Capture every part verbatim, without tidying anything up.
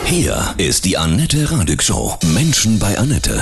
Hier ist die Annette Radig Show. Menschen bei Annette.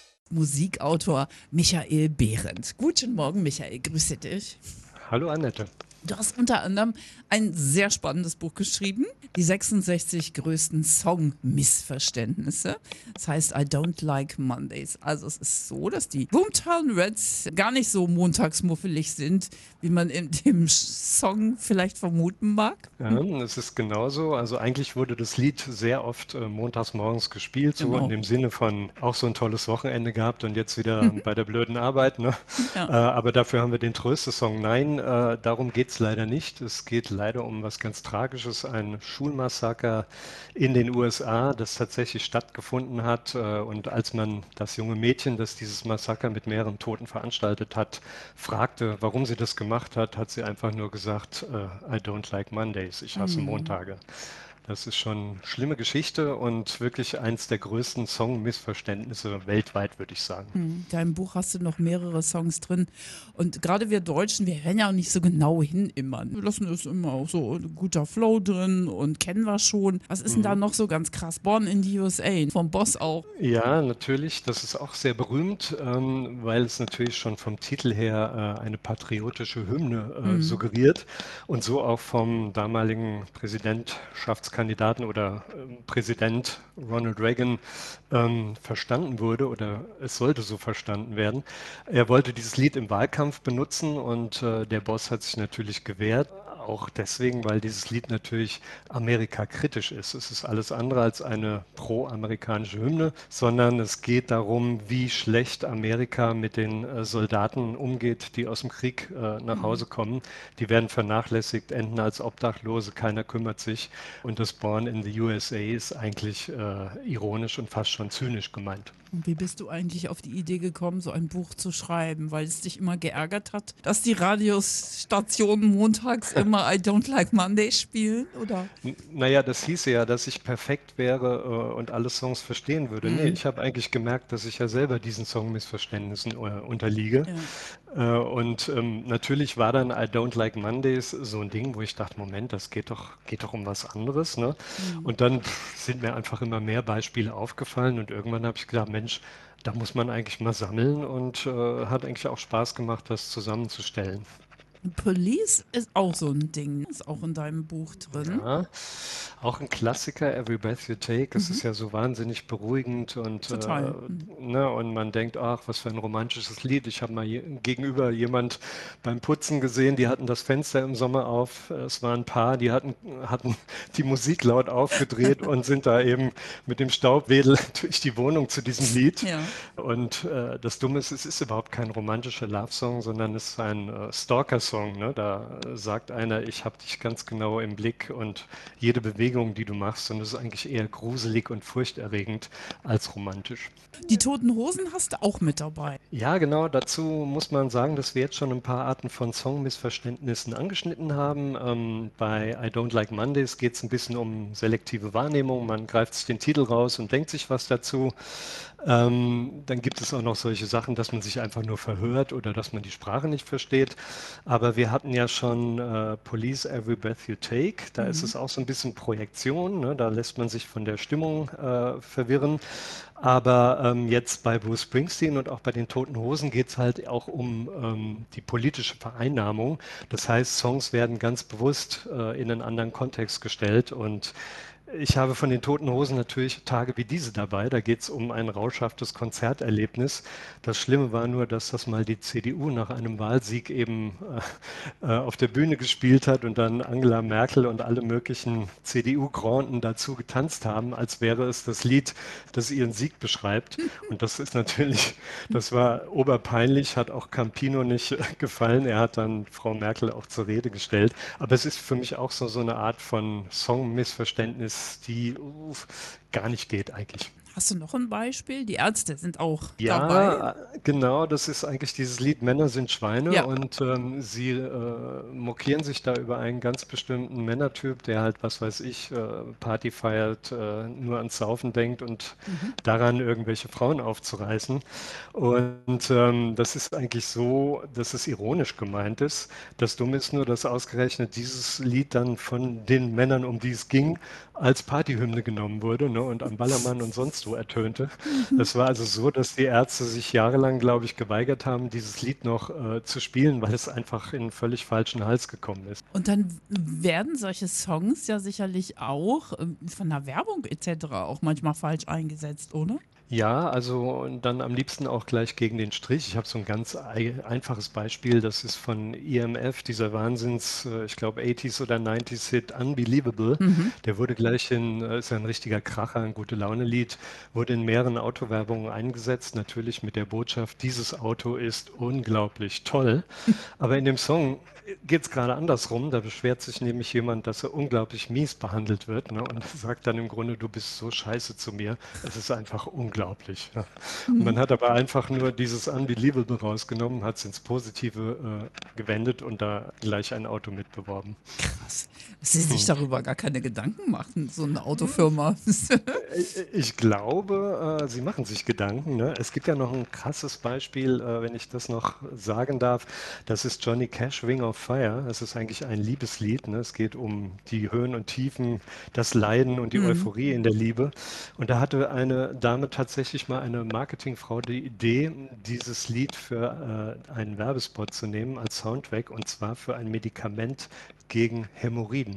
Musikautor Michael Behrendt. Guten Morgen, Michael, grüße dich. Hallo Annette. Du hast unter anderem ein sehr spannendes Buch geschrieben, die sechsundsechzig größten Song-Missverständnisse. Das heißt I Don't Like Mondays. Also es ist so, dass die Boomtown Rats gar nicht so montagsmuffelig sind, wie man in dem Song vielleicht vermuten mag. Ja, es ist genauso. Also eigentlich wurde das Lied sehr oft äh, montags morgens gespielt, so Genau. in dem Sinne von auch so ein tolles Wochenende gehabt und jetzt wieder bei der blöden Arbeit. Ne? Ja. Äh, aber dafür haben wir den Tröstesong. Nein, äh, darum geht es leider nicht. Es geht leider um was ganz Tragisches, ein Schulmassaker in den U S A, das tatsächlich stattgefunden hat. Äh, und als man das junge Mädchen, das dieses Massaker mit mehreren Toten veranstaltet hat, fragte, warum sie das gemacht hat, hat sie einfach nur gesagt, äh, I don't like Mondays, ich hasse Montage. Das ist schon eine schlimme Geschichte und wirklich eins der größten Song-Missverständnisse weltweit, würde ich sagen. In deinem Buch hast du noch mehrere Songs drin. Und gerade wir Deutschen, wir hören ja auch nicht so genau hin immer. Wir lassen es immer auch so ein guter Flow drin und kennen wir schon. Was ist denn da noch so ganz krass? Born in the U S A, vom Boss auch. Ja, natürlich. Das ist auch sehr berühmt, ähm, weil es natürlich schon vom Titel her äh, eine patriotische Hymne äh, suggeriert und so auch vom damaligen Präsidentschaftskandidaten oder ähm, Präsident Ronald Reagan ähm, verstanden wurde oder es sollte so verstanden werden. Er wollte dieses Lied im Wahlkampf benutzen und äh, der Boss hat sich natürlich gewehrt. Auch deswegen, weil dieses Lied natürlich Amerika-kritisch ist. Es ist alles andere als eine pro-amerikanische Hymne, sondern es geht darum, wie schlecht Amerika mit den äh, Soldaten umgeht, die aus dem Krieg äh, nach Hause kommen. Die werden vernachlässigt, enden als Obdachlose, keiner kümmert sich. Und das Born in the U S A ist eigentlich äh, ironisch und fast schon zynisch gemeint. Und wie bist du eigentlich auf die Idee gekommen, so ein Buch zu schreiben? Weil es dich immer geärgert hat, dass die Radiostationen montags immer I Don't Like Monday spielen, oder? N- Naja, das hieße ja, dass ich perfekt wäre äh, und alle Songs verstehen würde. Nee, ich habe eigentlich gemerkt, dass ich ja selber diesen Songmissverständnissen äh, unterliege. Ja. Äh, und ähm, natürlich war dann I Don't Like Mondays so ein Ding, wo ich dachte, Moment, das geht doch, geht doch um was anderes, ne? Und dann pff, sind mir einfach immer mehr Beispiele aufgefallen und irgendwann habe ich gedacht, Mensch, da muss man eigentlich mal sammeln und äh, hat eigentlich auch Spaß gemacht, das zusammenzustellen. Police ist auch so ein Ding, ist auch in deinem Buch drin. Ja, auch ein Klassiker, Every Breath You Take. Es ist ja so wahnsinnig beruhigend und, äh, Total. ne, und man denkt, ach, was für ein romantisches Lied. Ich habe mal je, gegenüber jemand beim Putzen gesehen, die hatten das Fenster im Sommer auf. Es war ein Paar, die hatten, hatten die Musik laut aufgedreht und sind da eben mit dem Staubwedel durch die Wohnung zu diesem Lied. Ja. Und äh, das Dumme ist, es ist überhaupt kein romantischer Love-Song, sondern es ist ein äh, Stalker-Song. Ne? Da äh, sagt einer, ich habe dich ganz genau im Blick und jede Bewegung, die du machst, und das ist eigentlich eher gruselig und furchterregend als romantisch. Die Toten Hosen hast du auch mit dabei. Ja, genau, dazu muss man sagen, dass wir jetzt schon ein paar Arten von Songmissverständnissen angeschnitten haben. Ähm, bei I Don't Like Mondays geht es ein bisschen um selektive Wahrnehmung. Man greift sich den Titel raus und denkt sich was dazu. Ähm, dann gibt es auch noch solche Sachen, dass man sich einfach nur verhört oder dass man die Sprache nicht versteht. Aber wir hatten ja schon äh, Police Every Breath You Take. Da ist es auch so ein bisschen Projektion. Ne? Da lässt man sich von der Stimmung äh, verwirren. Aber ähm, jetzt bei Bruce Springsteen und auch bei den Toten Hosen geht es halt auch um ähm, die politische Vereinnahmung. Das heißt, Songs werden ganz bewusst äh, in einen anderen Kontext gestellt und ich habe von den Toten Hosen natürlich Tage wie diese dabei. Da geht es um ein rauschhaftes Konzerterlebnis. Das Schlimme war nur, dass das mal die C D U nach einem Wahlsieg eben äh, äh, auf der Bühne gespielt hat und dann Angela Merkel und alle möglichen C D U-Granden dazu getanzt haben, als wäre es das Lied, das ihren Sieg beschreibt. Und das ist natürlich, das war oberpeinlich, hat auch Campino nicht äh, gefallen. Er hat dann Frau Merkel auch zur Rede gestellt. Aber es ist für mich auch so, so eine Art von Songmissverständnis, die uff, gar nicht geht eigentlich. Hast du noch ein Beispiel? Die Ärzte sind auch dabei. Ja, äh, genau, das ist eigentlich dieses Lied Männer sind Schweine Ja. und ähm, sie äh, mokieren sich da über einen ganz bestimmten Männertyp, der halt, was weiß ich, äh, Party feiert, äh, nur ans Saufen denkt und Mhm. daran irgendwelche Frauen aufzureißen. Und ähm, das ist eigentlich so, dass es ironisch gemeint ist. Das Dumme ist nur, dass ausgerechnet dieses Lied dann von den Männern, um die es ging, als Partyhymne genommen wurde, ne, und am Ballermann und sonst wo ertönte. Mhm. Das war also so, dass die Ärzte sich jahrelang, glaube ich, geweigert haben, dieses Lied noch äh, zu spielen, weil es einfach in einen völlig falschen Hals gekommen ist. Und dann werden solche Songs ja sicherlich auch ähm, von der Werbung et cetera auch manchmal falsch eingesetzt, oder? Ja, also und dann am liebsten auch gleich gegen den Strich. Ich habe so ein ganz ei- einfaches Beispiel, das ist von E M F, dieser Wahnsinns, äh, ich glaube achtziger oder neunziger Hit Unbelievable. Mhm. Der wurde gleich in, äh, ist ja ein richtiger Kracher, ein gute Laune-Lied, wurde in mehreren Autowerbungen eingesetzt, natürlich mit der Botschaft, dieses Auto ist unglaublich toll. Aber in dem Song geht es gerade andersrum. Da beschwert sich nämlich jemand, dass er unglaublich mies behandelt wird, ne, und sagt dann im Grunde, du bist so scheiße zu mir. Es ist einfach unglaublich. Ja. Und Mhm. man hat aber einfach nur dieses Unbelievable rausgenommen, hat es ins Positive äh, gewendet und da gleich ein Auto mitbeworben. Krass, dass sie sich Hm. darüber gar keine Gedanken machen, so eine Autofirma. Ich ich glaube, äh, sie machen sich Gedanken, ne? Es gibt ja noch ein krasses Beispiel, äh, wenn ich das noch sagen darf. Das ist Johnny Cash, Ring of Fire. Es ist eigentlich ein Liebeslied, ne? Es geht um die Höhen und Tiefen, das Leiden und die Mhm. Euphorie in der Liebe. Und da hatte eine Dame tatsächlich mal, eine Marketingfrau, die Idee, dieses Lied für äh, einen Werbespot zu nehmen als Soundtrack, und zwar für ein Medikament gegen Hämorrhoiden.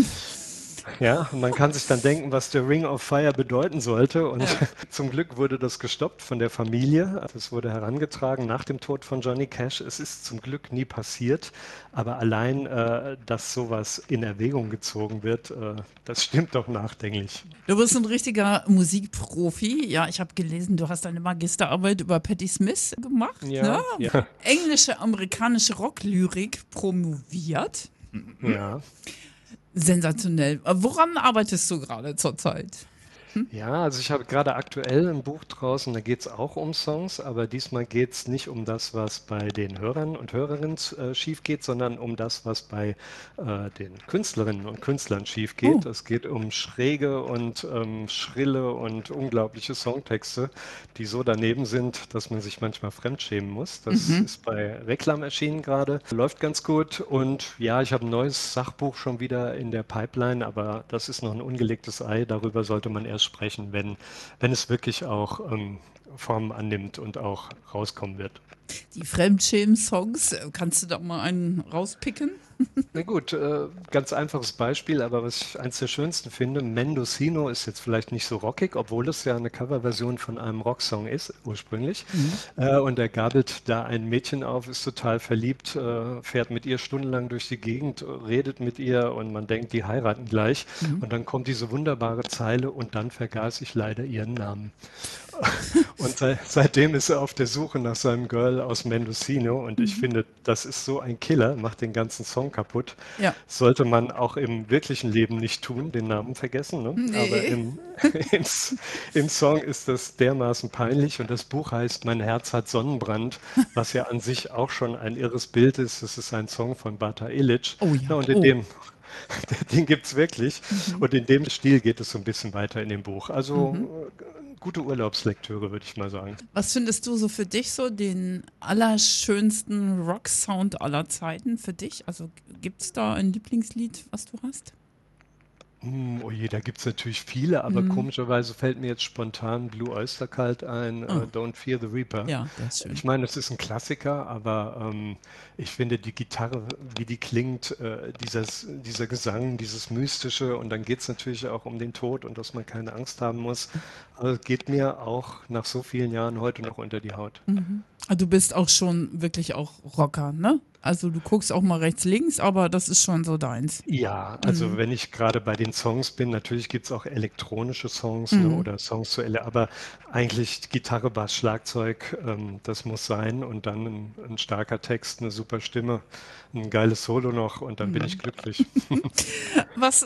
Ja, und man kann sich dann denken, was der Ring of Fire bedeuten sollte. Und Ja. zum Glück wurde das gestoppt von der Familie. Das wurde herangetragen nach dem Tod von Johnny Cash. Es ist zum Glück nie passiert. Aber allein, äh, dass sowas in Erwägung gezogen wird, äh, das stimmt doch nachdenklich. Du bist ein richtiger Musikprofi. Ja, ich habe gelesen, du hast eine Magisterarbeit über Patti Smith gemacht, ne? Ja, ja, Englische, amerikanische Rocklyrik promoviert. ja. Sensationell. Äh, Woran arbeitest du gerade zurzeit? Ja, also ich habe gerade aktuell ein Buch draußen, da geht es auch um Songs, aber diesmal geht es nicht um das, was bei den Hörern und Hörerinnen äh, schief geht, sondern um das, was bei äh, den Künstlerinnen und Künstlern schief geht. Oh. Es geht um schräge und ähm, schrille und unglaubliche Songtexte, die so daneben sind, dass man sich manchmal fremdschämen muss. Das Mhm. ist bei Reklam erschienen gerade, läuft ganz gut, und ja, ich habe ein neues Sachbuch schon wieder in der Pipeline, aber das ist noch ein ungelegtes Ei. Darüber sollte man erst sprechen, wenn, wenn es wirklich auch ähm, Form annimmt und auch rauskommen wird. Die Fremdschämen-Songs, äh, kannst du da mal einen rauspicken? Na gut, äh, ganz einfaches Beispiel, aber was ich eins der schönsten finde, Mendocino ist jetzt vielleicht nicht so rockig, obwohl es ja eine Coverversion von einem Rocksong ist, ursprünglich. Mhm. Äh, und er gabelt da ein Mädchen auf, ist total verliebt, äh, fährt mit ihr stundenlang durch die Gegend, redet mit ihr und man denkt, die heiraten gleich. Mhm. Und dann kommt diese wunderbare Zeile: und dann vergaß ich leider ihren Namen. Und sei, seitdem ist er auf der Suche nach seinem Girl aus Mendocino, und ich Mhm. finde, das ist so ein Killer, macht den ganzen Song kaputt. Ja. Sollte man auch im wirklichen Leben nicht tun, den Namen vergessen, ne? Aber Nee. im, im, S- im Song ist das dermaßen peinlich, und das Buch heißt Mein Herz hat Sonnenbrand, was ja an sich auch schon ein irres Bild ist. Das ist ein Song von Bata Illich. Oh ja. Na, und in Oh. dem, den gibt es wirklich. Mhm. Und in dem Stil geht es so ein bisschen weiter in dem Buch. Mhm. Also äh, gute Urlaubslektüre, würde ich mal sagen. Was findest du so für dich so den allerschönsten Rock-Sound aller Zeiten für dich? Also gibt es da ein Lieblingslied, was du hast? Hm, oh je, da gibt es natürlich viele, aber Mhm. komischerweise fällt mir jetzt spontan Blue Oyster Cult ein, äh, Oh, Don't Fear the Reaper. ja, der ist schön. Ich meine, es ist ein Klassiker, aber ähm, ich finde die Gitarre, wie die klingt, äh, dieses, dieser Gesang, dieses Mystische, und dann geht es natürlich auch um den Tod und dass man keine Angst haben muss. Also es geht mir auch nach so vielen Jahren heute noch unter die Haut. Mhm. Ah, du bist auch schon wirklich auch Rocker, ne? Also du guckst auch mal rechts, links, aber das ist schon so deins. Ja, also Mhm. wenn ich gerade bei den Songs bin, natürlich gibt es auch elektronische Songs, ne, Mhm. oder Songs zu ele, aber eigentlich Gitarre, Bass, Schlagzeug, ähm, das muss sein, und dann ein, ein starker Text, eine super Stimme, ein geiles Solo noch, und dann bin ich Mhm. glücklich. Was, äh,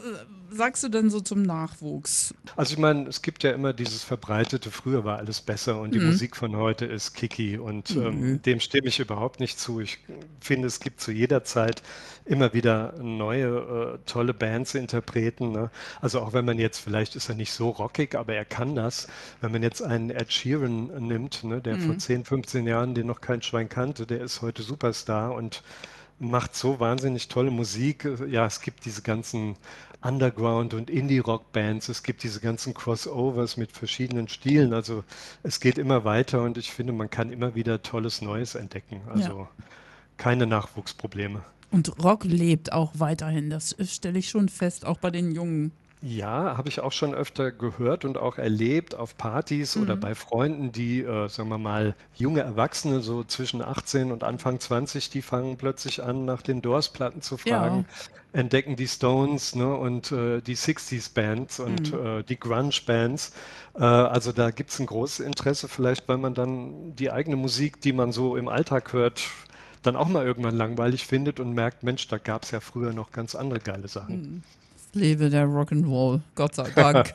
sagst du denn so zum Nachwuchs? Also ich meine, es gibt ja immer dieses verbreitete, früher war alles besser und die Mhm. Musik von heute ist kicky und Nö. ähm, dem stimme ich überhaupt nicht zu. Ich finde, es gibt zu jeder Zeit immer wieder neue, äh, tolle Bands, Interpreten. Ne? Also auch wenn man jetzt, vielleicht ist er nicht so rockig, aber er kann das. Wenn man jetzt einen Ed Sheeran nimmt, ne, der vor Mhm. zehn, fünfzehn Jahren den noch kein Schwein kannte, der ist heute Superstar und macht so wahnsinnig tolle Musik. Ja, es gibt diese ganzen Underground- und Indie-Rock-Bands, es gibt diese ganzen Crossovers mit verschiedenen Stilen. Also es geht immer weiter und ich finde, man kann immer wieder tolles Neues entdecken. Ja. Also keine Nachwuchsprobleme. Und Rock lebt auch weiterhin. Das stelle ich schon fest, auch bei den Jungen. Ja, habe ich auch schon öfter gehört und auch erlebt auf Partys oder Mhm. bei Freunden, die, äh, sagen wir mal, junge Erwachsene, so zwischen achtzehn und Anfang zwanzig, die fangen plötzlich an, nach den Doors-Platten zu Ja. fragen, entdecken die Stones, ne, und äh, die sechziger-Bands und Mhm. äh, die Grunge-Bands. Äh, also da gibt es ein großes Interesse, vielleicht weil man dann die eigene Musik, die man so im Alltag hört, dann auch mal irgendwann langweilig findet und merkt, Mensch, da gab es ja früher noch ganz andere geile Sachen. Mhm. Lebe der Rock'n'Roll, Gott sei Dank.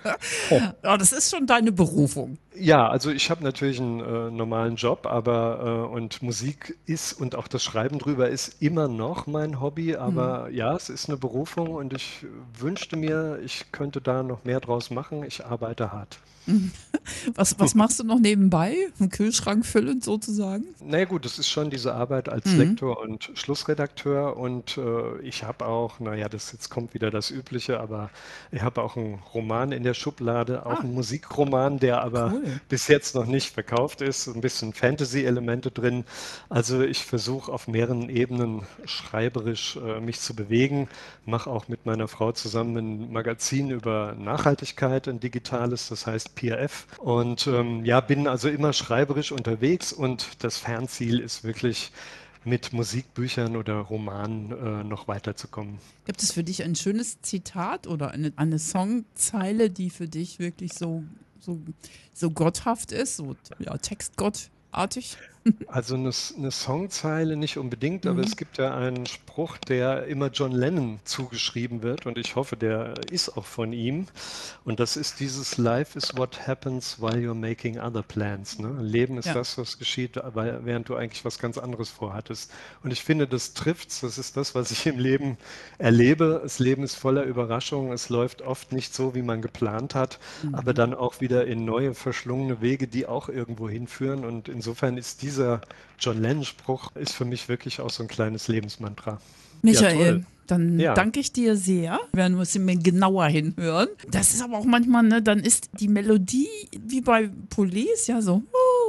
Ja, das ist schon deine Berufung. Ja, also ich habe natürlich einen äh, normalen Job, aber äh, und Musik ist und auch das Schreiben drüber ist immer noch mein Hobby, Mhm. aber ja, es ist eine Berufung und ich wünschte mir, ich könnte da noch mehr draus machen. Ich arbeite hart. Mhm. Was, was machst du noch nebenbei? Einen Kühlschrank füllend sozusagen? Na ja gut, das ist schon diese Arbeit als Mhm. Lektor und Schlussredakteur und äh, ich habe auch, naja, das jetzt kommt wieder das Übliche, aber ich habe auch einen Roman in der Schublade, auch Ah, einen Musikroman, der aber cool. bis jetzt noch nicht verkauft ist, ein bisschen Fantasy-Elemente drin. Also ich versuche auf mehreren Ebenen schreiberisch äh, mich zu bewegen, mache auch mit meiner Frau zusammen ein Magazin über Nachhaltigkeit, ein digitales, das heißt P R F und ähm, ja, bin also immer schreiberisch unterwegs und das Fernziel ist wirklich mit Musikbüchern oder Romanen äh, noch weiterzukommen. Gibt es für dich ein schönes Zitat oder eine, eine Songzeile, die für dich wirklich so, so, so gotthaft ist, so ja, textgottartig? Also eine, S- eine Songzeile nicht unbedingt, aber Mhm. es gibt ja einen Spruch, der immer John Lennon zugeschrieben wird und ich hoffe, der ist auch von ihm. Und das ist dieses Life is what happens while you're making other plans. Ne? Leben ist Ja. das, was geschieht, weil, während du eigentlich was ganz anderes vorhattest. Und ich finde, das trifft's. Das ist das, was ich im Leben erlebe. Das Leben ist voller Überraschungen. Es läuft oft nicht so, wie man geplant hat, aber Mhm. dann auch wieder in neue, verschlungene Wege, die auch irgendwo hinführen. Und insofern ist dieser John Lennon-Spruch ist für mich wirklich auch so ein kleines Lebensmantra. Ja, toll. Michael, dann Ja. danke ich dir sehr. Wir werden ein bisschen mehr genauer hinhören. Das ist aber auch manchmal, ne, dann ist die Melodie wie bei Police ja so.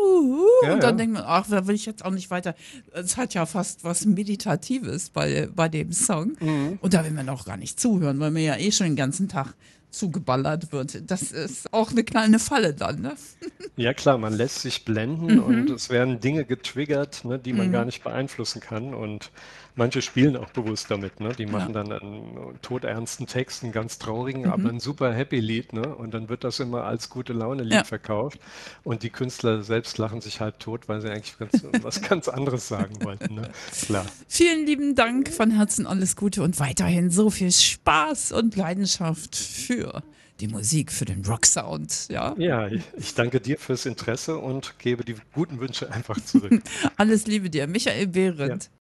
Ja, Und dann ja. denkt man, ach, da will ich jetzt auch nicht weiter. Es hat ja fast was Meditatives bei, bei dem Song. Mhm. Und da will man auch gar nicht zuhören, weil mir ja eh schon den ganzen Tag zugeballert wird. Das ist auch eine kleine Falle dann, ne? Ja klar, man lässt sich blenden und Mhm. es werden Dinge getriggert, ne, die man gar Mhm. nicht beeinflussen kann. Und manche spielen auch bewusst damit, ne? Die Ja. machen dann einen todernsten Text, einen ganz traurigen, aber Mhm. ein super happy Lied, ne? Und dann wird das immer als gute Laune-Lied Ja. verkauft. Und die Künstler selbst lachen sich halb tot, weil sie eigentlich ganz, was ganz anderes sagen wollten, ne? Klar. Vielen lieben Dank, von Herzen alles Gute und weiterhin so viel Spaß und Leidenschaft für die Musik, für den Rocksound. Ja, Ja, ich, ich danke dir fürs Interesse und gebe die guten Wünsche einfach zurück. alles Liebe dir, Michael Ja. Behrendt.